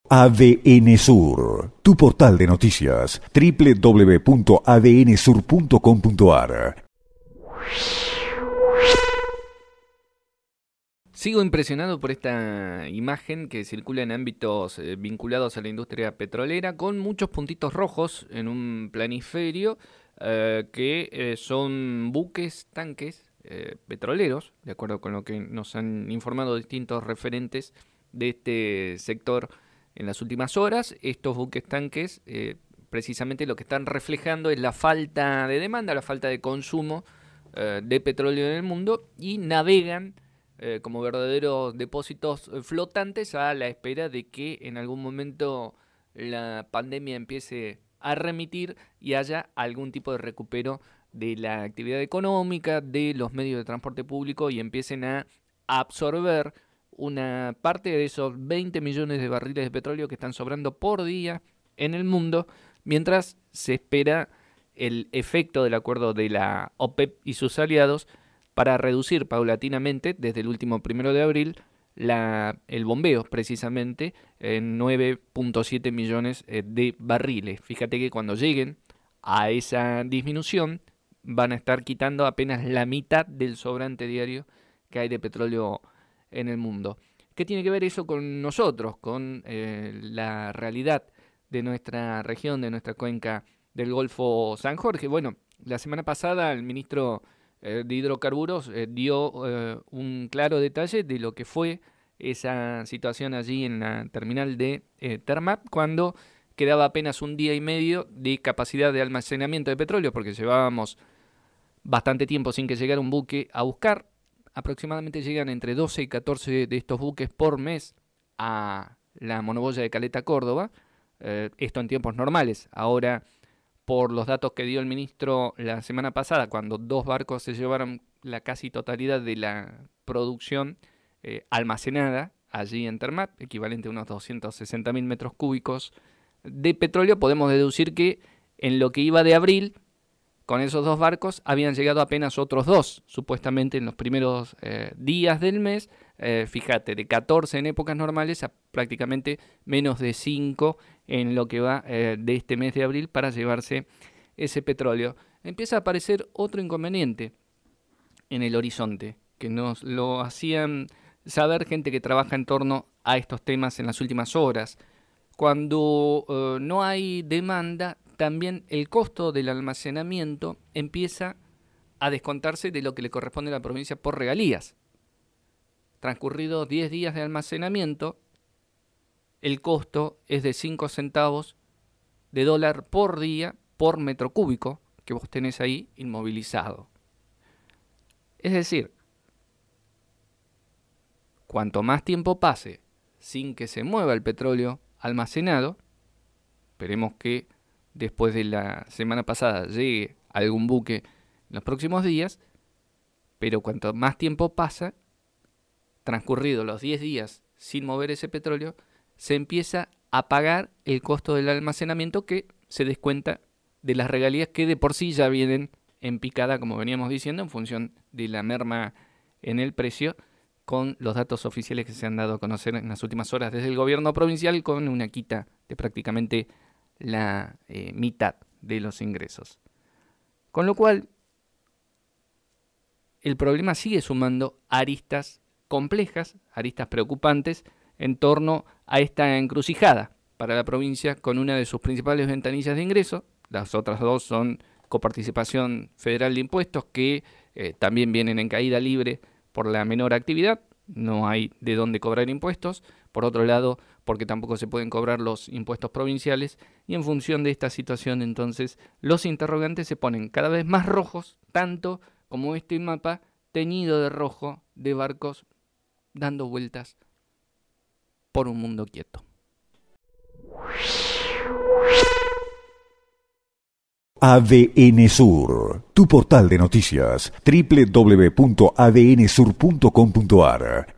ADN Sur, tu portal de noticias, www.adnsur.com.ar. Sigo impresionado por esta imagen que circula en ámbitos vinculados a la industria petrolera, con muchos puntitos rojos en un planisferio que son buques, tanques petroleros, de acuerdo con lo que nos han informado distintos referentes de este sector en las últimas horas. Estos buques tanques precisamente lo que están reflejando es la falta de demanda, la falta de consumo de petróleo en el mundo, y navegan como verdaderos depósitos flotantes a la espera de que en algún momento la pandemia empiece a remitir y haya algún tipo de recupero de la actividad económica, de los medios de transporte público, y empiecen a absorber una parte de esos 20 millones de barriles de petróleo que están sobrando por día en el mundo, mientras se espera el efecto del acuerdo de la OPEP y sus aliados para reducir paulatinamente, desde el último 1 de abril, el bombeo precisamente en 9.7 millones de barriles. Fíjate que cuando lleguen a esa disminución van a estar quitando apenas la mitad del sobrante diario que hay de petróleo en el mundo. ¿Qué tiene que ver eso con nosotros, con la realidad de nuestra región, de nuestra cuenca del Golfo San Jorge? Bueno, la semana pasada el ministro de Hidrocarburos dio un claro detalle de lo que fue esa situación allí en la terminal de Termap, cuando quedaba apenas un día y medio de capacidad de almacenamiento de petróleo, porque llevábamos bastante tiempo sin que llegara un buque a buscar. Aproximadamente llegan entre 12 y 14 de estos buques por mes a la monoboya de Caleta, Córdoba. Esto en tiempos normales. Ahora, por los datos que dio el ministro la semana pasada, cuando 2 barcos se llevaron la casi totalidad de la producción almacenada allí en Termap, equivalente a unos 260.000 metros cúbicos de petróleo, podemos deducir que en lo que iba de abril, con esos 2 barcos, habían llegado apenas otros 2, supuestamente en los primeros días del mes. Fíjate, de 14 en épocas normales a prácticamente menos de 5 en lo que va de este mes de abril para llevarse ese petróleo. Empieza a aparecer otro inconveniente en el horizonte, que nos lo hacían saber gente que trabaja en torno a estos temas en las últimas horas. Cuando no hay demanda, también el costo del almacenamiento empieza a descontarse de lo que le corresponde a la provincia por regalías. Transcurridos 10 días de almacenamiento, el costo es de 5 centavos de dólar por día por metro cúbico que vos tenés ahí inmovilizado. Es decir, cuanto más tiempo pase sin que se mueva el petróleo almacenado, esperemos que después de la semana pasada llegue algún buque en los próximos días, pero cuanto más tiempo pasa, transcurridos los 10 días sin mover ese petróleo, se empieza a pagar el costo del almacenamiento, que se descuenta de las regalías que de por sí ya vienen en picada, como veníamos diciendo, en función de la merma en el precio, con los datos oficiales que se han dado a conocer en las últimas horas desde el gobierno provincial, con una quita de prácticamente la mitad de los ingresos. Con lo cual, el problema sigue sumando aristas complejas, aristas preocupantes en torno a esta encrucijada para la provincia, con una de sus principales ventanillas de ingreso. Las otras 2 son coparticipación federal de impuestos, que también vienen en caída libre por la menor actividad. No hay de dónde cobrar impuestos. Por otro lado, porque tampoco se pueden cobrar los impuestos provinciales. Y en función de esta situación, entonces, los interrogantes se ponen cada vez más rojos, tanto como este mapa teñido de rojo de barcos dando vueltas por un mundo quieto. ADN Sur, tu portal de noticias, www.adnsur.com.ar.